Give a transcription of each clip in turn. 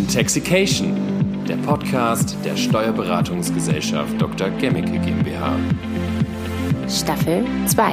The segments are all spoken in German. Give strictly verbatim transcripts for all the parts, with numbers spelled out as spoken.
Taxication, der Podcast der Steuerberatungsgesellschaft Doktor Gemmicke GmbH. Staffel zwei.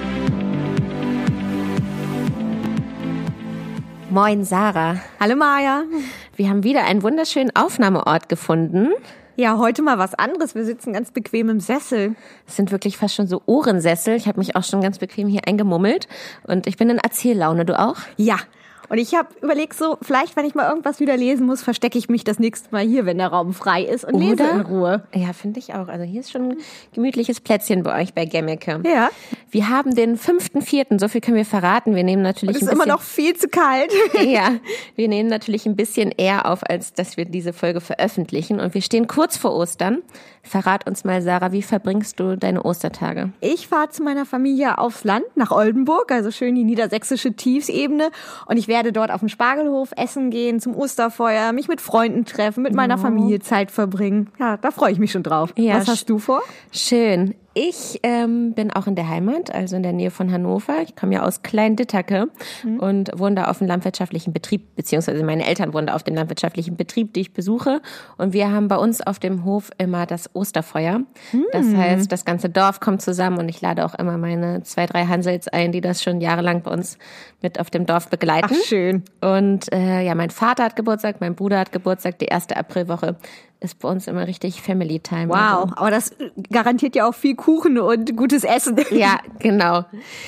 Moin Sarah. Hallo Maja. Wir haben wieder einen wunderschönen Aufnahmeort gefunden. Ja, heute mal was anderes. Wir sitzen ganz bequem im Sessel. Es sind wirklich fast schon so Ohrensessel. Ich habe mich auch schon ganz bequem hier eingemummelt. Und ich bin in Erzähllaune. Du auch? Ja. Und ich habe überlegt so, vielleicht, wenn ich mal irgendwas wieder lesen muss, verstecke ich mich das nächste Mal hier, wenn der Raum frei ist und Oder? lese in Ruhe. Ja, finde ich auch. Also hier ist schon ein gemütliches Plätzchen bei euch bei Gemmicke. Ja. Wir haben den fünften vierten, so viel können wir verraten. Wir nehmen natürlich Und es ist ein bisschen, immer noch viel zu kalt. Ja, wir nehmen natürlich ein bisschen eher auf, als dass wir diese Folge veröffentlichen. Und wir stehen kurz vor Ostern. Verrat uns mal, Sarah, wie verbringst du deine Ostertage? Ich fahre zu meiner Familie aufs Land, nach Oldenburg, also schön die niedersächsische Tiefsebene. Und ich werde dort auf den Spargelhof essen gehen, zum Osterfeuer, mich mit Freunden treffen, mit meiner Familie Zeit verbringen. Ja, da freue ich mich schon drauf. Ja, Was hast du vor? Schön. Ich ähm, bin auch in der Heimat, also in der Nähe von Hannover. Ich komme ja aus Klein-Dittake mhm. und wohne da auf dem landwirtschaftlichen Betrieb, beziehungsweise meine Eltern wohnen da auf dem landwirtschaftlichen Betrieb, die ich besuche. Und wir haben bei uns auf dem Hof immer das Osterfeuer. Mhm. Das heißt, das ganze Dorf kommt zusammen und ich lade auch immer meine zwei, drei Hansels ein, die das schon jahrelang bei uns mit auf dem Dorf begleiten. Ach, schön. Und äh, ja, mein Vater hat Geburtstag, mein Bruder hat Geburtstag, die erste Aprilwoche ist bei uns immer richtig Family Time. Wow, also. Aber das garantiert ja auch viel Kuchen und gutes Essen. Ja, genau.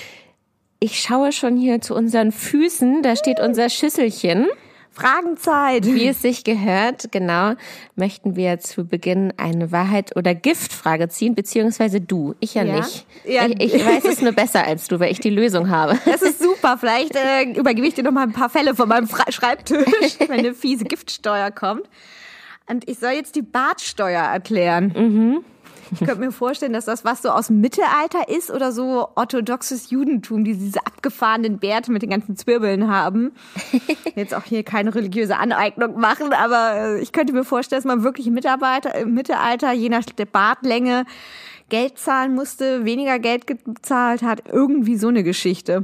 Ich schaue schon hier zu unseren Füßen, da steht unser Schüsselchen. Fragenzeit. Wie es sich gehört, genau, möchten wir zu Beginn eine Wahrheit- oder Giftfrage ziehen, beziehungsweise du, ich ja, ja? nicht. Ja. Ich, ich weiß es nur besser als du, weil ich die Lösung habe. Das ist super, vielleicht äh, übergebe ich dir noch mal ein paar Fälle von meinem Fra- Schreibtisch, wenn eine fiese Giftsteuer kommt. Und ich soll jetzt die Bartsteuer erklären. Mhm. Ich könnte mir vorstellen, dass das was so aus dem Mittelalter ist oder so orthodoxes Judentum, die diese abgefahrenen Bärte mit den ganzen Zwirbeln haben. Jetzt auch hier keine religiöse Aneignung machen, aber ich könnte mir vorstellen, dass man wirklich im, Mitarbeiter, im Mittelalter, je nach der Bartlänge, Geld zahlen musste, weniger Geld gezahlt hat. Irgendwie so eine Geschichte.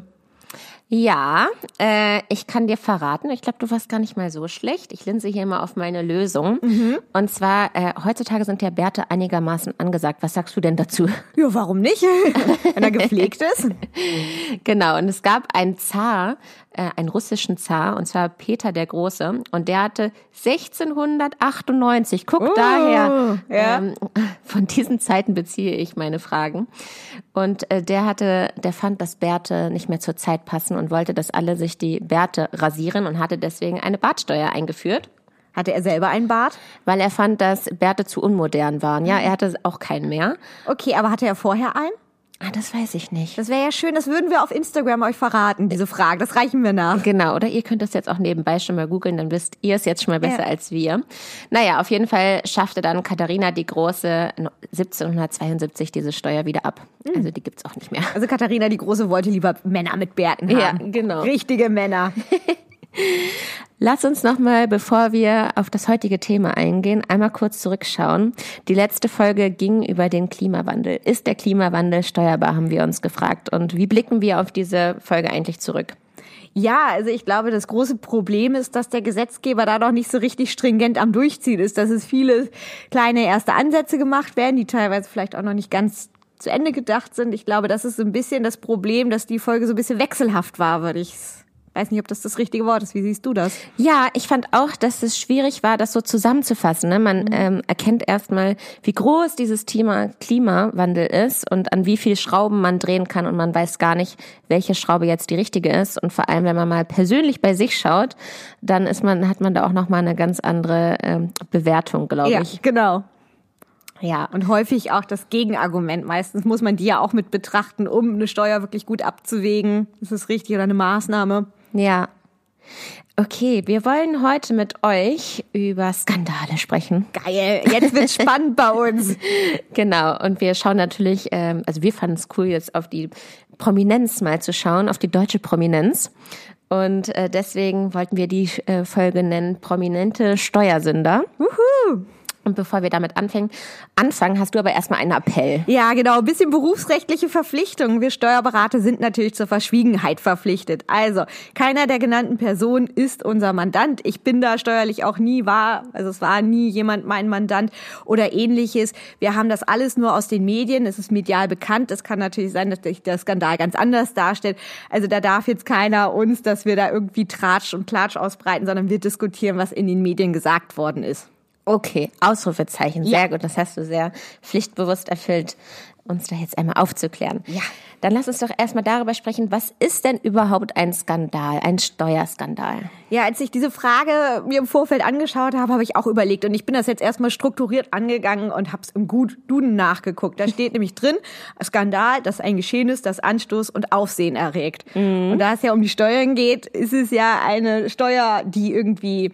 Ja, äh, ich kann dir verraten, ich glaube, du warst gar nicht mal so schlecht. Ich linse hier mal auf meine Lösung. Mhm. Und zwar, äh, heutzutage sind ja Bärte einigermaßen angesagt. Was sagst du denn dazu? Ja, warum nicht? Wenn er gepflegt ist. Genau, und es gab einen Zar, äh, einen russischen Zar, und zwar Peter der Große. Und der hatte sechzehnhundertachtundneunzig, guck oh, daher, ja. ähm, von diesen Zeiten beziehe ich meine Fragen. Und äh, der hatte, der fand, dass Bärte nicht mehr zur Zeit passen und wollte, dass alle sich die Bärte rasieren und hatte deswegen eine Bartsteuer eingeführt. Hatte er selber einen Bart? Weil er fand, dass Bärte zu unmodern waren. Ja, er hatte auch keinen mehr. Okay, aber hatte er vorher einen? Ah, das weiß ich nicht. Das wäre ja schön, das würden wir auf Instagram euch verraten, diese Frage. Das reichen wir nach. Genau, oder ihr könnt das jetzt auch nebenbei schon mal googeln, dann wisst ihr es jetzt schon mal besser ja. als wir. Naja, auf jeden Fall schaffte dann Katharina die Große siebzehnhundertzweiundsiebzig diese Steuer wieder ab. Mhm. Also die gibt's auch nicht mehr. Also Katharina die Große wollte lieber Männer mit Bärten haben. Ja, genau. Richtige Männer. Lass uns nochmal, bevor wir auf das heutige Thema eingehen, einmal kurz zurückschauen. Die letzte Folge ging über den Klimawandel. Ist der Klimawandel steuerbar, haben wir uns gefragt. Und wie blicken wir auf diese Folge eigentlich zurück? Ja, also ich glaube, das große Problem ist, dass der Gesetzgeber da noch nicht so richtig stringent am Durchziehen ist, dass es viele kleine erste Ansätze gemacht werden, die teilweise vielleicht auch noch nicht ganz zu Ende gedacht sind. Ich glaube, das ist so ein bisschen das Problem, dass die Folge so ein bisschen wechselhaft war, würde ich weiß nicht, ob das das richtige Wort ist. Wie siehst du das? Ja, ich fand auch, dass es schwierig war, das so zusammenzufassen. Ne? Man mhm. ähm, erkennt erstmal, wie groß dieses Thema Klimawandel ist und an wie viel Schrauben man drehen kann und man weiß gar nicht, welche Schraube jetzt die richtige ist. Und vor allem, wenn man mal persönlich bei sich schaut, dann ist man, hat man da auch nochmal eine ganz andere ähm, Bewertung, glaube ja, ich. Ja, genau. Ja, und häufig auch das Gegenargument. Meistens muss man die ja auch mit betrachten, um eine Steuer wirklich gut abzuwägen. Ist es richtig oder eine Maßnahme? Ja. Okay, wir wollen heute mit euch über Skandale sprechen. Geil, jetzt wird's spannend bei uns. Genau, und wir schauen natürlich, ähm, also wir fanden es cool, jetzt auf die Prominenz mal zu schauen, auf die deutsche Prominenz. Und äh, deswegen wollten wir die äh, Folge nennen, prominente Steuersünder. Wuhu! Und bevor wir damit anfangen, anfangen, hast du aber erstmal einen Appell. Ja, genau. Ein bisschen berufsrechtliche Verpflichtungen. Wir Steuerberater sind natürlich zur Verschwiegenheit verpflichtet. Also, keiner der genannten Personen ist unser Mandant. Ich bin da steuerlich auch nie war, also es war nie jemand mein Mandant oder ähnliches. Wir haben das alles nur aus den Medien. Es ist medial bekannt. Es kann natürlich sein, dass sich der Skandal ganz anders darstellt. Also da darf jetzt keiner uns, dass wir da irgendwie Tratsch und Klatsch ausbreiten, sondern wir diskutieren, was in den Medien gesagt worden ist. Okay, Ausrufezeichen, sehr Ja. gut. Das hast du sehr pflichtbewusst erfüllt, uns da jetzt einmal aufzuklären. Ja. Dann lass uns doch erstmal darüber sprechen, was ist denn überhaupt ein Skandal, ein Steuerskandal? Ja, als ich diese Frage mir im Vorfeld angeschaut habe, habe ich auch überlegt und ich bin das jetzt erstmal strukturiert angegangen und habe es im Gut Duden nachgeguckt. Da steht nämlich drin, Skandal, das ein Geschehen ist, das Anstoß und Aufsehen erregt. Mhm. Und da es ja um die Steuern geht, ist es ja eine Steuer, die irgendwie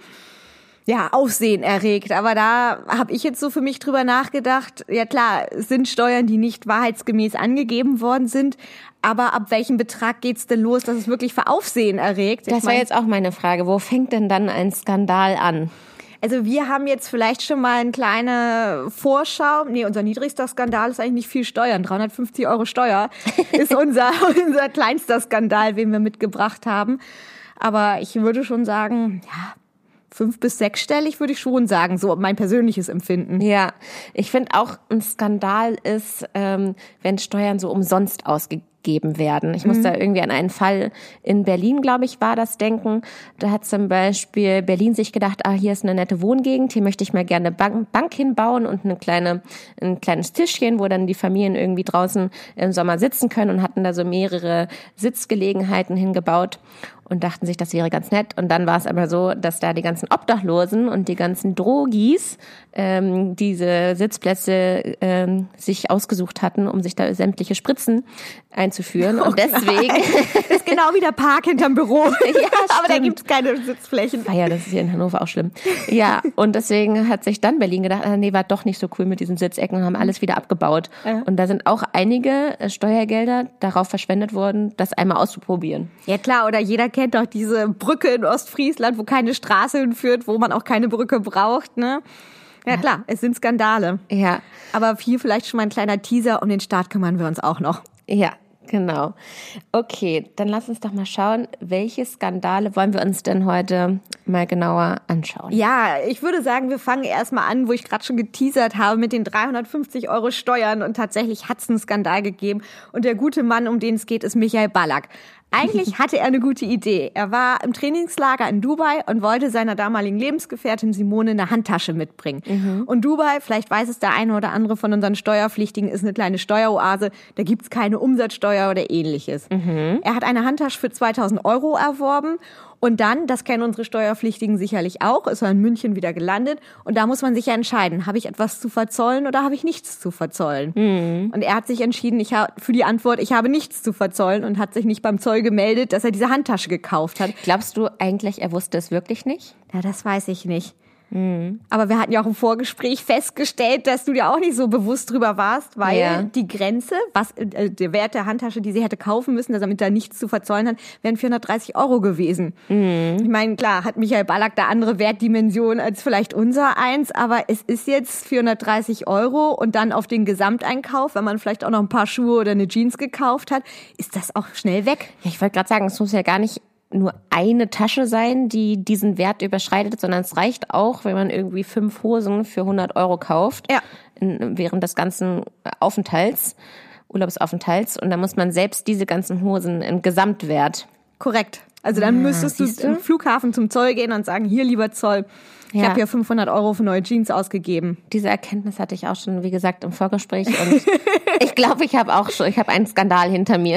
ja, Aufsehen erregt. Aber da habe ich jetzt so für mich drüber nachgedacht, ja klar, es sind Steuern, die nicht wahrheitsgemäß angegeben worden sind, aber ab welchem Betrag geht's denn los, dass es wirklich für Aufsehen erregt? Das Ich war mein, jetzt auch meine Frage. Wo fängt denn dann ein Skandal an? Also wir haben jetzt vielleicht schon mal eine kleine Vorschau. Nee, unser niedrigster Skandal ist eigentlich nicht viel Steuern. dreihundertfünfzig Euro Steuer ist unser, unser kleinster Skandal, den wir mitgebracht haben. Aber ich würde schon sagen, ja, fünf- bis sechsstellig würde ich schon sagen, so mein persönliches Empfinden. Ja, ich finde auch, ein Skandal ist, ähm, wenn Steuern so umsonst ausgegeben werden. Ich muss mhm. da irgendwie an einen Fall in Berlin, glaube ich, war das denken. Da hat zum Beispiel Berlin sich gedacht, ah, hier ist eine nette Wohngegend, hier möchte ich mal gerne eine Bank, Bank hinbauen und eine kleine, ein kleines Tischchen, wo dann die Familien irgendwie draußen im Sommer sitzen können und hatten da so mehrere Sitzgelegenheiten hingebaut. Und dachten sich, das wäre ganz nett. Und dann war es aber so, dass da die ganzen Obdachlosen und die ganzen Drogis ähm, diese Sitzplätze ähm, sich ausgesucht hatten, um sich da sämtliche Spritzen einzuführen. Und Oh deswegen... nein. Das ist genau wie der Park hinterm Büro. Ja, aber da stimmt. gibt's keine Sitzflächen. Ah ja, das ist hier in Hannover auch schlimm. Ja, und deswegen hat sich dann Berlin gedacht, ah, nee, war doch nicht so cool mit diesen Sitzecken und haben alles wieder abgebaut. Ja. Und da sind auch einige Steuergelder darauf verschwendet worden, das einmal auszuprobieren. Ja klar, oder jeder kennt doch diese Brücke in Ostfriesland, wo keine Straße hinführt, wo man auch keine Brücke braucht, ne? Ja klar, es sind Skandale. Ja. Aber hier vielleicht schon mal ein kleiner Teaser, um den Staat kümmern wir uns auch noch. Ja, genau. Okay, dann lass uns doch mal schauen, welche Skandale wollen wir uns denn heute mal genauer anschauen? Ja, ich würde sagen, wir fangen erstmal an, wo ich gerade schon geteasert habe, mit den dreihundertfünfzig Euro Steuern. Und tatsächlich hat es einen Skandal gegeben. Und der gute Mann, um den es geht, ist Michael Ballack. Eigentlich hatte er eine gute Idee. Er war im Trainingslager in Dubai und wollte seiner damaligen Lebensgefährtin Simone eine Handtasche mitbringen. Mhm. Und Dubai, vielleicht weiß es der eine oder andere von unseren Steuerpflichtigen, ist eine kleine Steueroase. Da gibt's keine Umsatzsteuer oder ähnliches. Mhm. Er hat eine Handtasche für zweitausend Euro erworben. Und dann, das kennen unsere Steuerpflichtigen sicherlich auch, ist er in München wieder gelandet. Und da muss man sich ja entscheiden, habe ich etwas zu verzollen oder habe ich nichts zu verzollen? Mhm. Und er hat sich entschieden, ich habe für die Antwort, ich habe nichts zu verzollen und hat sich nicht beim Zoll gemeldet, dass er diese Handtasche gekauft hat. Glaubst du eigentlich, er wusste es wirklich nicht? Ja, das weiß ich nicht. Mhm. Aber wir hatten ja auch im Vorgespräch festgestellt, dass du dir auch nicht so bewusst drüber warst, weil ja. die Grenze, was äh, der Wert der Handtasche, die sie hätte kaufen müssen, damit da nichts zu verzollen hat, wären vierhundertdreißig Euro gewesen. Mhm. Ich meine, klar, hat Michael Ballack da andere Wertdimensionen als vielleicht unser eins, aber es ist jetzt vierhundertdreißig Euro und dann auf den Gesamteinkauf, wenn man vielleicht auch noch ein paar Schuhe oder eine Jeans gekauft hat, ist das auch schnell weg. Ja, ich wollte gerade sagen, es muss ja gar nicht nur eine Tasche sein, die diesen Wert überschreitet, sondern es reicht auch, wenn man irgendwie fünf Hosen für hundert Euro kauft, ja. in, während des ganzen Aufenthalts, Urlaubsaufenthalts. Und dann muss man selbst diese ganzen Hosen im Gesamtwert. Korrekt. Also dann ah, müsstest du zum Flughafen zum Zoll gehen und sagen, hier, lieber Zoll, ich ja. habe hier fünfhundert Euro für neue Jeans ausgegeben. Diese Erkenntnis hatte ich auch schon, wie gesagt, im Vorgespräch. Und ich glaube, ich habe auch schon, ich habe einen Skandal hinter mir.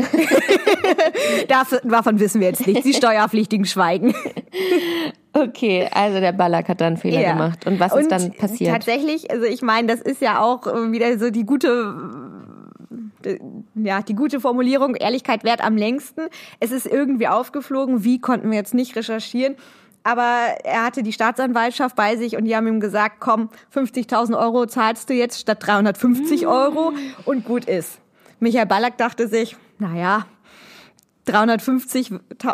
Davon wissen wir jetzt nicht. Die Steuerpflichtigen schweigen. Okay, also der Ballack hat da einen Fehler ja. gemacht. Und was ist und dann passiert? Tatsächlich, also ich meine, das ist ja auch wieder so die gute... ja, die gute Formulierung, Ehrlichkeit währt am längsten. Es ist irgendwie aufgeflogen, wie konnten wir jetzt nicht recherchieren. Aber er hatte die Staatsanwaltschaft bei sich und die haben ihm gesagt, komm, fünfzigtausend Euro zahlst du jetzt statt dreihundertfünfzig Euro und gut ist. Michael Ballack dachte sich, naja, dreihundertfünfzig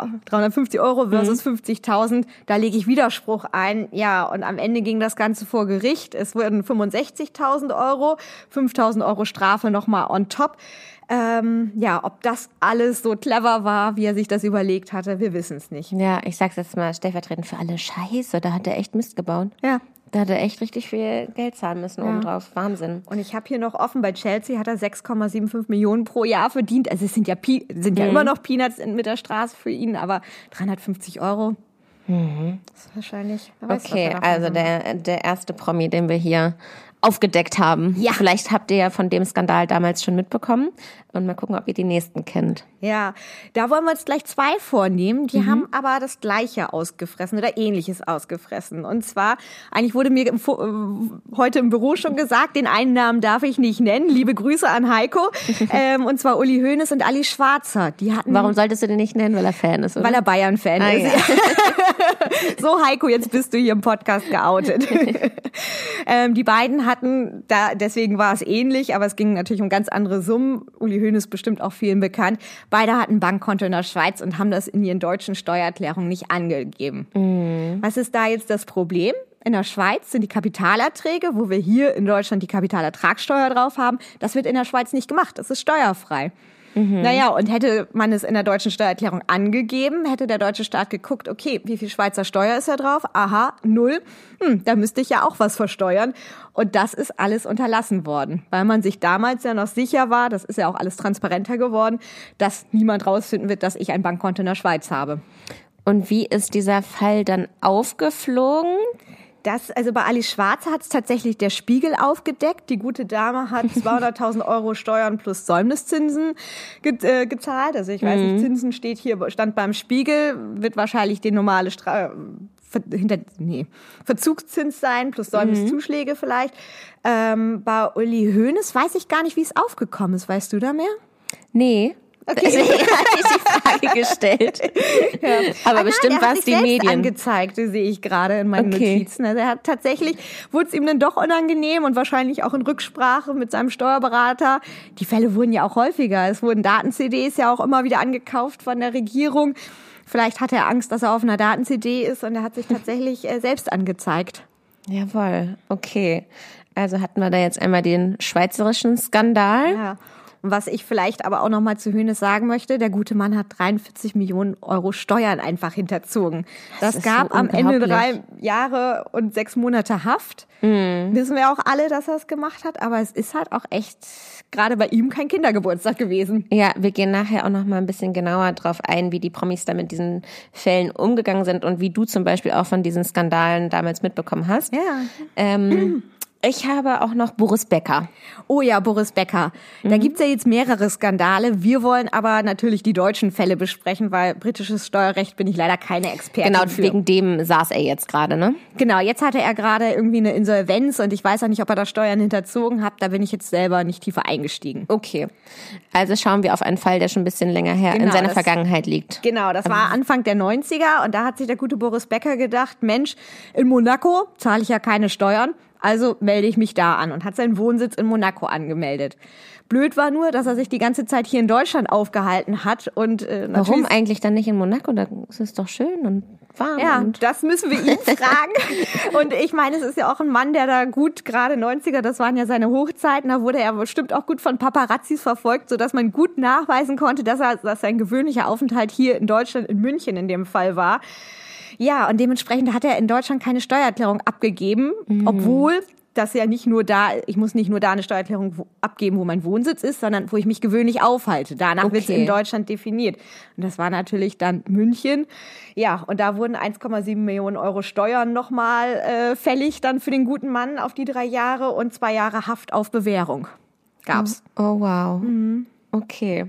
Euro versus mhm. fünfzigtausend, da lege ich Widerspruch ein. Ja, und am Ende ging das Ganze vor Gericht. Es wurden fünfundsechzigtausend Euro, fünftausend Euro Strafe nochmal on top. Ähm, ja, ob das alles so clever war, wie er sich das überlegt hatte, wir wissen es nicht. Ja, ich sag's jetzt mal stellvertretend für alle, Scheiße, da hat er echt Mist gebaut. Ja. Da hat er echt richtig viel Geld zahlen müssen ja. obendrauf. Wahnsinn. Und ich habe hier noch offen, bei Chelsea hat er sechs Komma fünfundsiebzig Millionen pro Jahr verdient. Also es sind ja, Pi- sind ja mhm. immer noch Peanuts mit der Straße für ihn, aber dreihundertfünfzig Euro, mhm. das ist wahrscheinlich... Weiß, okay, also der, der erste Promi, den wir hier aufgedeckt haben. Ja. Vielleicht habt ihr ja von dem Skandal damals schon mitbekommen und mal gucken, ob ihr die nächsten kennt. Ja, da wollen wir uns gleich zwei vornehmen. Die mhm. haben aber das Gleiche ausgefressen oder Ähnliches ausgefressen. Und zwar, eigentlich wurde mir im, äh, heute im Büro schon gesagt, den einen Namen darf ich nicht nennen. Liebe Grüße an Heiko. ähm, und zwar Uli Hoeneß und Ali Schwarzer. Die hatten. Warum solltest du den nicht nennen? Weil er Fan ist, oder? Weil er Bayern-Fan ah, ist. Ja. So, Heiko, jetzt bist du hier im Podcast geoutet. ähm, die beiden hatten, da, deswegen war es ähnlich, aber es ging natürlich um ganz andere Summen. Uli Hoeneß bestimmt auch vielen bekannt. Beide hatten ein Bankkonto in der Schweiz und haben das in ihren deutschen Steuererklärungen nicht angegeben. Mhm. Was ist da jetzt das Problem? In der Schweiz sind die Kapitalerträge, wo wir hier in Deutschland die Kapitalertragssteuer drauf haben, das wird in der Schweiz nicht gemacht. Das ist steuerfrei. Mhm. Naja, und hätte man es in der deutschen Steuererklärung angegeben, hätte der deutsche Staat geguckt, okay, wie viel Schweizer Steuer ist da drauf? Aha, null. Hm, da müsste ich ja auch was versteuern. Und das ist alles unterlassen worden, weil man sich damals ja noch sicher war, das ist ja auch alles transparenter geworden, dass niemand rausfinden wird, dass ich ein Bankkonto in der Schweiz habe. Und wie ist dieser Fall dann aufgeflogen? Das, also bei Ali Schwarzer hat es tatsächlich der Spiegel aufgedeckt. Die gute Dame hat zweihunderttausend Euro Steuern plus Säumniszinsen ge- äh, gezahlt. Also ich weiß mhm. nicht, Zinsen steht hier, stand beim Spiegel, wird wahrscheinlich die normale Stra- Ver- hinter, nee, Verzugszins sein, plus Säumniszuschläge mhm. vielleicht. Ähm, bei Uli Hoeneß weiß ich gar nicht, wie es aufgekommen ist. Weißt du da mehr? Nee. Okay. Deswegen hatte ich die Frage gestellt. Ja. Aber ah, bestimmt nein, war es die Medien. Angezeigt, das sehe ich gerade in meinen okay. Notizen. Also er hat tatsächlich, wurde es ihm dann doch unangenehm und wahrscheinlich auch in Rücksprache mit seinem Steuerberater. Die Fälle wurden ja auch häufiger. Es wurden Daten-C Ds ja auch immer wieder angekauft von der Regierung. Vielleicht hatte er Angst, dass er auf einer Daten-C D ist und er hat sich tatsächlich äh, selbst angezeigt. Jawohl, okay. Also hatten wir da jetzt einmal den schweizerischen Skandal. Ja. Und was ich vielleicht aber auch noch mal zu Hoeneß sagen möchte, der gute Mann hat dreiundvierzig Millionen Euro Steuern einfach hinterzogen. Das, das gab so am Ende drei Jahre und sechs Monate Haft. Mhm. Wissen wir auch alle, dass er es gemacht hat, aber es ist halt auch echt gerade bei ihm kein Kindergeburtstag gewesen. Ja, wir gehen nachher auch noch mal ein bisschen genauer drauf ein, wie die Promis da mit diesen Fällen umgegangen sind und wie du zum Beispiel auch von diesen Skandalen damals mitbekommen hast. Ja. Ähm, Ich habe auch noch Boris Becker. Oh ja, Boris Becker. Da mhm. gibt's ja jetzt mehrere Skandale. Wir wollen aber natürlich die deutschen Fälle besprechen, weil britisches Steuerrecht bin ich leider keine Expertin Genau, für. Wegen dem saß er jetzt gerade, ne? Genau, jetzt hatte er gerade irgendwie eine Insolvenz und ich weiß auch nicht, ob er da Steuern hinterzogen hat. Da bin ich jetzt selber nicht tiefer eingestiegen. Okay, also schauen wir auf einen Fall, der schon ein bisschen länger her genau, in seiner das, Vergangenheit liegt. Genau, das war Anfang der neunziger und da hat sich der gute Boris Becker gedacht, Mensch, in Monaco zahle ich ja keine Steuern. Also melde ich mich da an und hat seinen Wohnsitz in Monaco angemeldet. Blöd war nur, dass er sich die ganze Zeit hier in Deutschland aufgehalten hat. Und äh, warum eigentlich dann nicht in Monaco? Da ist es doch schön und warm. Ja, und das müssen wir ihn fragen. Und ich meine, es ist ja auch ein Mann, der da gut, gerade neunziger, das waren ja seine Hochzeiten, da wurde er bestimmt auch gut von Paparazzis verfolgt, sodass man gut nachweisen konnte, dass er, dass sein gewöhnlicher Aufenthalt hier in Deutschland, in München in dem Fall war. Ja, und dementsprechend hat er in Deutschland keine Steuererklärung abgegeben, mhm. obwohl das ja nicht nur da, ich muss nicht nur da eine Steuererklärung wo, abgeben, wo mein Wohnsitz ist, sondern wo ich mich gewöhnlich aufhalte. Danach okay. wird es in Deutschland definiert. Und das war natürlich dann München. Ja, und da wurden eins Komma sieben Millionen Euro Steuern nochmal äh, fällig dann für den guten Mann auf die drei Jahre und zwei Jahre Haft auf Bewährung. Gab's. Oh, oh wow. Mhm. Okay.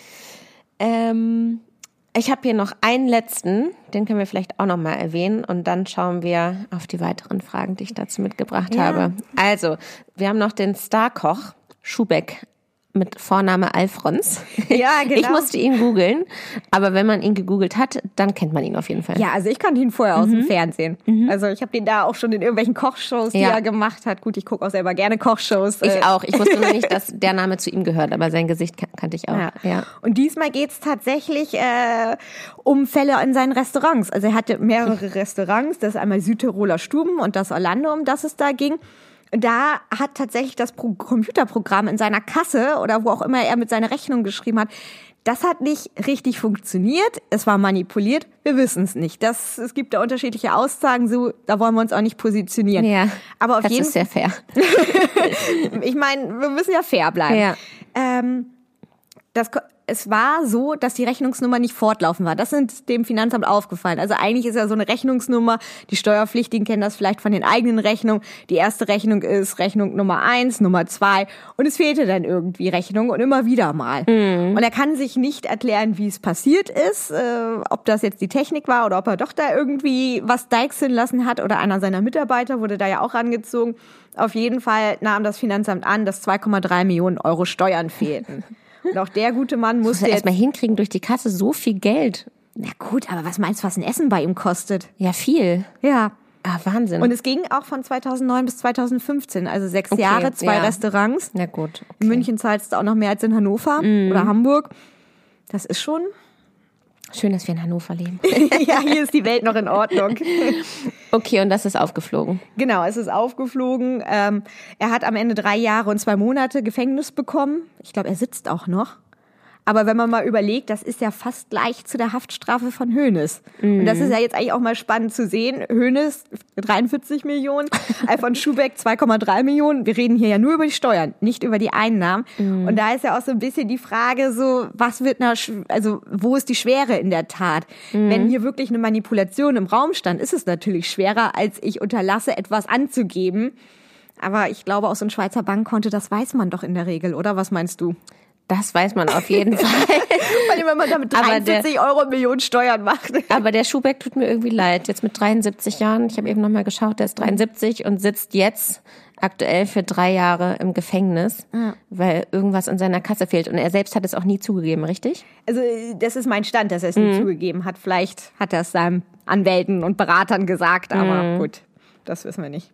Ähm... Ich habe hier noch einen letzten, den können wir vielleicht auch noch mal erwähnen und dann schauen wir auf die weiteren Fragen, die ich dazu mitgebracht ja. habe. Also, wir haben noch den Starkoch Schubeck mit Vorname Alfons. Ja, genau. Ich musste ihn googeln, aber wenn man ihn gegoogelt hat, dann kennt man ihn auf jeden Fall. Ja, also ich kannte ihn vorher aus mhm. dem Fernsehen. Mhm. Also ich habe den da auch schon in irgendwelchen Kochshows, die ja. er gemacht hat. Gut, ich gucke auch selber gerne Kochshows. Ich auch. Ich wusste nur nicht, dass der Name zu ihm gehört, aber sein Gesicht kan- kannte ich auch. Ja. Ja. Und diesmal geht's tatsächlich äh, um Fälle in seinen Restaurants. Also er hatte mehrere Restaurants. Das ist einmal Südtiroler Stuben und das Orlando, um das es da ging. Da hat tatsächlich das Pro- Computerprogramm in seiner Kasse oder wo auch immer er mit seiner Rechnung geschrieben hat, das hat nicht richtig funktioniert. Es war manipuliert. Wir wissen es nicht. Das, es gibt da unterschiedliche Aussagen. So, da wollen wir uns auch nicht positionieren. Ja, aber auf das jeden ist sehr fair. Ich meine, wir müssen ja fair bleiben. Ja. Ähm, das, es war so, dass die Rechnungsnummer nicht fortlaufen war. Das ist dem Finanzamt aufgefallen. Also eigentlich ist ja so eine Rechnungsnummer, die Steuerpflichtigen kennen das vielleicht von den eigenen Rechnungen. Die erste Rechnung ist Rechnung Nummer eins, Nummer zwei und es fehlte dann irgendwie Rechnung und immer wieder mal. Mhm. Und er kann sich nicht erklären, wie es passiert ist, äh, ob das jetzt die Technik war oder ob er doch da irgendwie was deichseln lassen hat oder einer seiner Mitarbeiter wurde da ja auch rangezogen. Auf jeden Fall nahm das Finanzamt an, dass zwei Komma drei Millionen Euro Steuern fehlten. Und auch der gute Mann musste jetzt jetzt erstmal hinkriegen durch die Kasse so viel Geld. Na gut, aber was meinst du, was ein Essen bei ihm kostet? Ja, viel. Ja. Ah, Wahnsinn. Und es ging auch von zweitausendneun bis zweitausendfünfzehn, also sechs Okay, Jahre, zwei ja. Restaurants. Na gut. Okay. In München zahlst du auch noch mehr als in Hannover mm. oder Hamburg. Das ist schon... Schön, dass wir in Hannover leben. Ja, hier ist die Welt noch in Ordnung. Okay, und das ist aufgeflogen. Genau, es ist aufgeflogen. Ähm, er hat am Ende drei Jahre und zwei Monate Gefängnis bekommen. Ich glaube, er sitzt auch noch. Aber wenn man mal überlegt, das ist ja fast gleich zu der Haftstrafe von Hoeneß. Mm. Und das ist ja jetzt eigentlich auch mal spannend zu sehen. Hoeneß dreiundvierzig Millionen, Alfons Schubeck zwei Komma drei Millionen. Wir reden hier ja nur über die Steuern, nicht über die Einnahmen. Mm. Und da ist ja auch so ein bisschen die Frage so, was wird na, also wo ist die Schwere in der Tat? Mm. Wenn hier wirklich eine Manipulation im Raum stand, ist es natürlich schwerer, als ich unterlasse, etwas anzugeben. Aber ich glaube, aus so einem Schweizer Bankkonto, das weiß man doch in der Regel, oder? Was meinst du? Das weiß man auf jeden Fall. Vor allem, wenn man damit dreiundvierzig Euro Millionen Steuern macht. Aber der Schubeck tut mir irgendwie leid. Jetzt mit dreiundsiebzig Jahren, ich habe eben nochmal geschaut, der ist dreiundsiebzig und sitzt jetzt aktuell für drei Jahre im Gefängnis, ja. weil irgendwas in seiner Kasse fehlt. Und er selbst hat es auch nie zugegeben, richtig? Also das ist mein Stand, dass er es mhm. nie zugegeben hat. Vielleicht hat er es seinen Anwälten und Beratern gesagt, aber mhm. gut, das wissen wir nicht.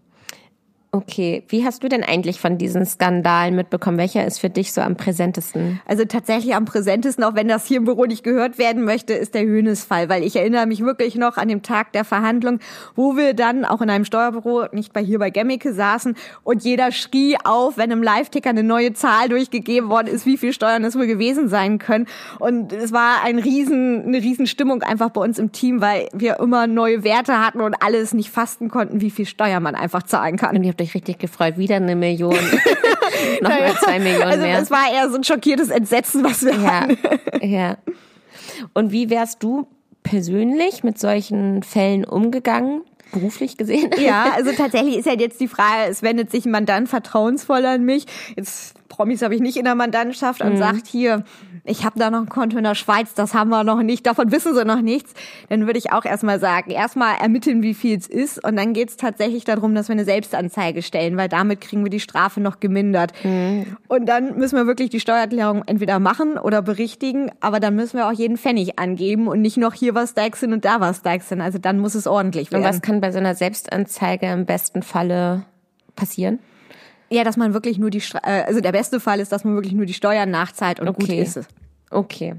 Okay, wie hast du denn eigentlich von diesen Skandalen mitbekommen? Welcher ist für dich so am präsentesten? Also tatsächlich am präsentesten, auch wenn das hier im Büro nicht gehört werden möchte, ist der Hoeneß-Fall, weil ich erinnere mich wirklich noch an den Tag der Verhandlung, wo wir dann auch in einem Steuerbüro, nicht bei hier bei Gemmicke saßen und jeder schrie auf, wenn im Live-Ticker eine neue Zahl durchgegeben worden ist, wie viel Steuern es wohl gewesen sein können. Und es war ein riesen, eine riesen Stimmung einfach bei uns im Team, weil wir immer neue Werte hatten und alles nicht fassen konnten, wie viel Steuer man einfach zahlen kann. Und ihr habt euch richtig gefreut, wieder eine Million, nochmal naja, zwei Millionen also mehr. Also es war eher so ein schockiertes Entsetzen, was wir ja, hatten. Ja. Und wie wärst du persönlich mit solchen Fällen umgegangen? Beruflich gesehen? Ja, also tatsächlich ist ja jetzt die Frage, es wendet sich ein Mandant vertrauensvoll an mich. Jetzt Promis habe ich nicht in der Mandantschaft und mhm. sagt hier, ich habe da noch ein Konto in der Schweiz, das haben wir noch nicht, davon wissen sie noch nichts. Dann würde ich auch erstmal sagen, erstmal ermitteln, wie viel es ist und dann geht es tatsächlich darum, dass wir eine Selbstanzeige stellen, weil damit kriegen wir die Strafe noch gemindert. Mhm. Und dann müssen wir wirklich die Steuererklärung entweder machen oder berichtigen, aber dann müssen wir auch jeden Pfennig angeben und nicht noch hier was deichseln und da was deichseln. Also dann muss es ordentlich werden. Und was kann bei so einer Selbstanzeige im besten Falle passieren? Ja, dass man wirklich nur die, also der beste Fall ist, dass man wirklich nur die Steuern nachzahlt und okay. gut ist es. Okay.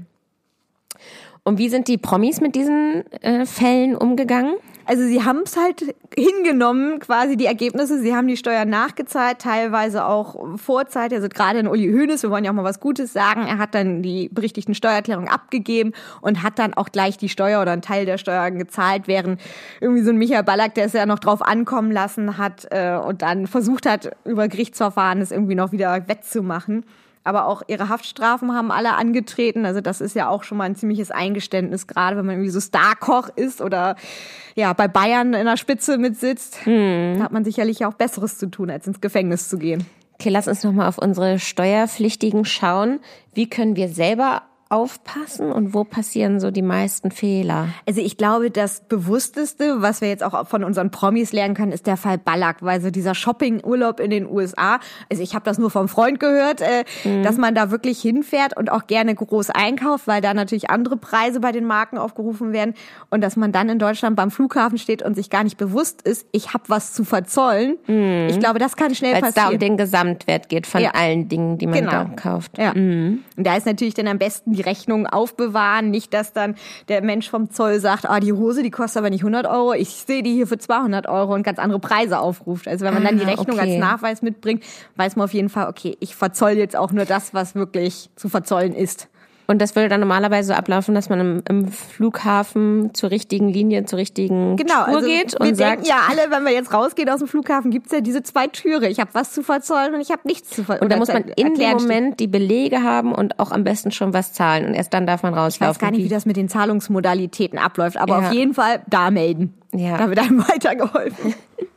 Und wie sind die Promis mit diesen äh, Fällen umgegangen? Also sie haben es halt hingenommen, quasi die Ergebnisse. Sie haben die Steuern nachgezahlt, teilweise auch Vorzeit. Also gerade in Uli Hoeneß, wir wollen ja auch mal was Gutes sagen, er hat dann die berichtigten Steuererklärungen abgegeben und hat dann auch gleich die Steuer oder einen Teil der Steuern gezahlt, während irgendwie so ein Michael Ballack, der es ja noch drauf ankommen lassen hat äh, und dann versucht hat, über Gerichtsverfahren es irgendwie noch wieder wettzumachen. Aber auch ihre Haftstrafen haben alle angetreten. Also das ist ja auch schon mal ein ziemliches Eingeständnis, gerade wenn man irgendwie so Starkoch ist oder ja bei Bayern in der Spitze mitsitzt. Hm. Da hat man sicherlich auch Besseres zu tun, als ins Gefängnis zu gehen. Okay, lass uns nochmal auf unsere Steuerpflichtigen schauen. Wie können wir selber aufpassen und wo passieren so die meisten Fehler? Also ich glaube, das Bewussteste, was wir jetzt auch von unseren Promis lernen können, ist der Fall Ballack, weil so dieser Shoppingurlaub in den U S A, also ich habe das nur vom Freund gehört, äh, mhm. dass man da wirklich hinfährt und auch gerne groß einkauft, weil da natürlich andere Preise bei den Marken aufgerufen werden und dass man dann in Deutschland beim Flughafen steht und sich gar nicht bewusst ist, ich habe was zu verzollen. Mhm. Ich glaube, das kann schnell Weil's passieren. Weil es da um den Gesamtwert geht von ja. allen Dingen, die man genau. da kauft. Ja. Mhm. Und da ist natürlich dann am besten die Rechnung aufbewahren, nicht, dass dann der Mensch vom Zoll sagt, ah, die Hose, die kostet aber nicht hundert Euro, ich sehe die hier für zweihundert Euro und ganz andere Preise aufruft. Also wenn man ah, dann die Rechnung okay. als Nachweis mitbringt, weiß man auf jeden Fall, okay, ich verzoll jetzt auch nur das, was wirklich zu verzollen ist. Und das würde dann normalerweise so ablaufen, dass man im, im Flughafen zur richtigen Linie, zur richtigen genau, Spur also geht wir und sagt... ja alle, wenn wir jetzt rausgehen aus dem Flughafen, gibt's ja diese zwei Türe. Ich habe was zu verzollen und ich habe nichts zu verzollen. Und da muss man in dem Moment die Belege haben und auch am besten schon was zahlen. Und erst dann darf man rauslaufen. Ich weiß gar nicht, wie das mit den Zahlungsmodalitäten abläuft, aber ja. auf jeden Fall da melden. Ja. Da wird einem weitergeholfen.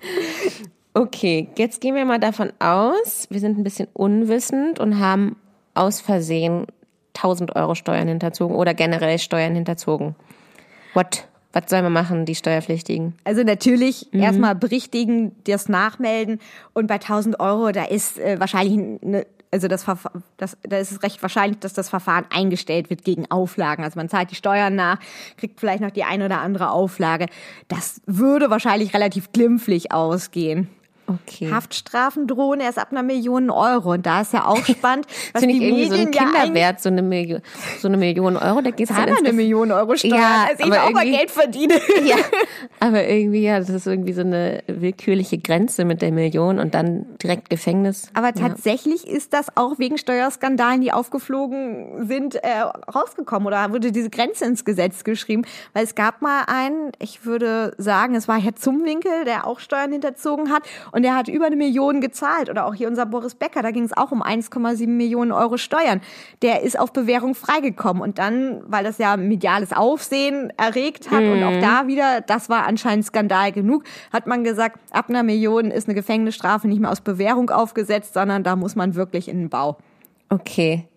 Okay, jetzt gehen wir mal davon aus, wir sind ein bisschen unwissend und haben aus Versehen tausend Euro Steuern hinterzogen oder generell Steuern hinterzogen. What? Was sollen wir machen, die Steuerpflichtigen? Also natürlich mhm. erstmal berichtigen, das nachmelden und bei tausend Euro, da ist äh, wahrscheinlich eine, also das, das da ist es recht wahrscheinlich, dass das Verfahren eingestellt wird gegen Auflagen. Also man zahlt die Steuern nach, kriegt vielleicht noch die eine oder andere Auflage. Das würde wahrscheinlich relativ glimpflich ausgehen. Okay. Haftstrafen drohen erst ab einer Million Euro. Und da ist ja auch spannend, was finde die ich irgendwie Medien so ein Kinderwert, so eine Million, so eine Million Euro, da geht's dann eine Million Euro Steuern, ja, als ich auch mal Geld verdiene. Ja, aber irgendwie, ja, das ist irgendwie so eine willkürliche Grenze mit der Million und dann direkt Gefängnis. Aber tatsächlich ja. ist das auch wegen Steuerskandalen, die aufgeflogen sind, äh, rausgekommen oder wurde diese Grenze ins Gesetz geschrieben. Weil es gab mal einen, ich würde sagen, es war Herr Zumwinkel, der auch Steuern hinterzogen hat. Und der hat über eine Million gezahlt. Oder auch hier unser Boris Becker, da ging es auch um eins Komma sieben Millionen Euro Steuern. Der ist auf Bewährung freigekommen. Und dann, weil das ja mediales Aufsehen erregt hat mhm. und auch da wieder, das war anscheinend Skandal genug, hat man gesagt, ab einer Million ist eine Gefängnisstrafe nicht mehr aus Bewährung aufgesetzt, sondern da muss man wirklich in den Bau. Okay.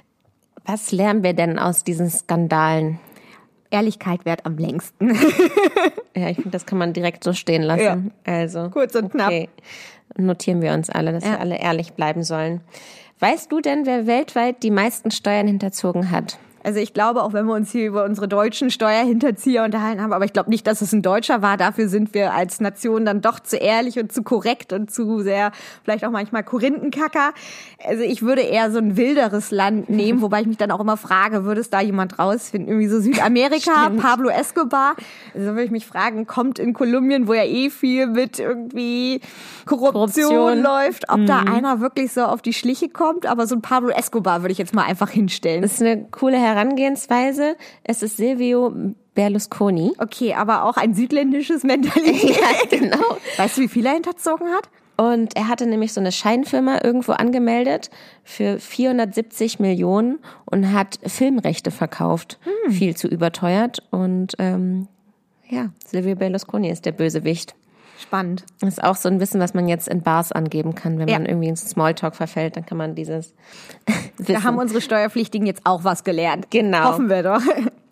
Was lernen wir denn aus diesen Skandalen? Ehrlichkeit währt am längsten. Ja, ich finde, das kann man direkt so stehen lassen. Ja. Also kurz und knapp. Okay. Notieren wir uns alle, dass ja. wir alle ehrlich bleiben sollen. Weißt du denn, wer weltweit die meisten Steuern hinterzogen hat? Also ich glaube, auch wenn wir uns hier über unsere deutschen Steuerhinterzieher unterhalten haben, aber ich glaube nicht, dass es ein Deutscher war. Dafür sind wir als Nation dann doch zu ehrlich und zu korrekt und zu sehr, vielleicht auch manchmal Korinthenkacker. Also ich würde eher so ein wilderes Land nehmen, wobei ich mich dann auch immer frage, würde es da jemand rausfinden? Irgendwie so Südamerika, Pablo Escobar. Also würde ich mich fragen, kommt in Kolumbien, wo ja eh viel mit irgendwie Korruption, Korruption. läuft, ob mhm. da einer wirklich so auf die Schliche kommt. Aber so ein Pablo Escobar würde ich jetzt mal einfach hinstellen. Das ist eine coole Herangehensweise. Es ist Silvio Berlusconi. Okay, aber auch ein südländisches Mentalität. Ja, genau. Weißt du, wie viel er hinterzogen hat? Und er hatte nämlich so eine Scheinfirma irgendwo angemeldet für vierhundertsiebzig Millionen und hat Filmrechte verkauft. Hm. Viel zu überteuert. Und ähm, ja, Silvio Berlusconi ist der Bösewicht. Spannend. Das ist auch so ein Wissen, was man jetzt in Bars angeben kann. Wenn ja. man irgendwie ins Smalltalk verfällt, dann kann man dieses Wissen. Da haben unsere Steuerpflichtigen jetzt auch was gelernt. Genau. Hoffen wir doch.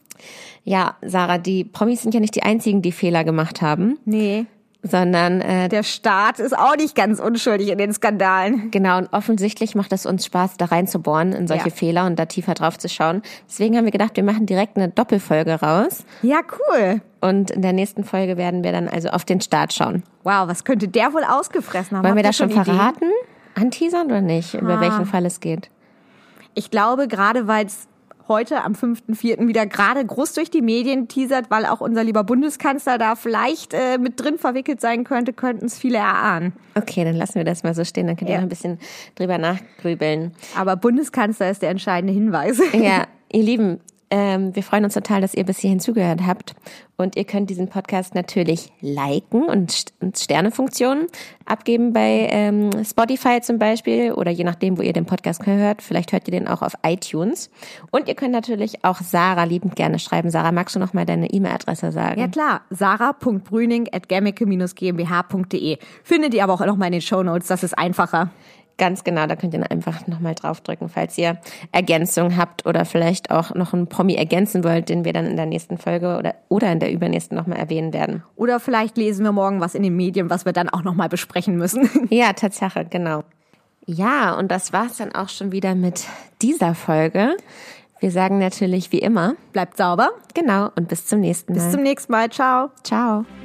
Ja, Sarah, die Promis sind ja nicht die einzigen, die Fehler gemacht haben. Nee. Sondern äh, der Staat ist auch nicht ganz unschuldig in den Skandalen. Genau, und offensichtlich macht es uns Spaß, da reinzubohren in solche ja. Fehler und da tiefer drauf zu schauen. Deswegen haben wir gedacht, wir machen direkt eine Doppelfolge raus. Ja, cool. Und in der nächsten Folge werden wir dann also auf den Start schauen. Wow, was könnte der wohl ausgefressen haben? Wollen wir das schon verraten? Anteasern oder nicht, über ah. welchen Fall es geht? Ich glaube, gerade weil es heute am fünften vierten wieder gerade groß durch die Medien teasert, weil auch unser lieber Bundeskanzler da vielleicht äh, mit drin verwickelt sein könnte, könnten es viele erahnen. Okay, dann lassen wir das mal so stehen, dann könnt ihr ja. noch ein bisschen drüber nachgrübeln. Aber Bundeskanzler ist der entscheidende Hinweis. Ja, ihr Lieben, ähm, wir freuen uns total, dass ihr bis hierhin zugehört habt. Und ihr könnt diesen Podcast natürlich liken und Sternefunktionen abgeben bei ähm, Spotify zum Beispiel oder je nachdem, wo ihr den Podcast hört. Vielleicht hört ihr den auch auf iTunes. Und ihr könnt natürlich auch Sarah liebend gerne schreiben. Sarah, magst du noch mal deine E-Mail-Adresse sagen? Ja klar, sarah punkt brüning at gemmeke Bindestrich gmbh punkt de. Findet ihr aber auch noch mal in den Shownotes, das ist einfacher. Ganz genau, da könnt ihr einfach nochmal draufdrücken, falls ihr Ergänzungen habt oder vielleicht auch noch einen Promi ergänzen wollt, den wir dann in der nächsten Folge oder, oder in der übernächsten nochmal erwähnen werden. Oder vielleicht lesen wir morgen was in den Medien, was wir dann auch nochmal besprechen müssen. Ja, Tatsache, genau. Ja, und das war's dann auch schon wieder mit dieser Folge. Wir sagen natürlich wie immer, bleibt sauber. Genau, und bis zum nächsten Mal. Bis zum nächsten Mal. Ciao. Ciao.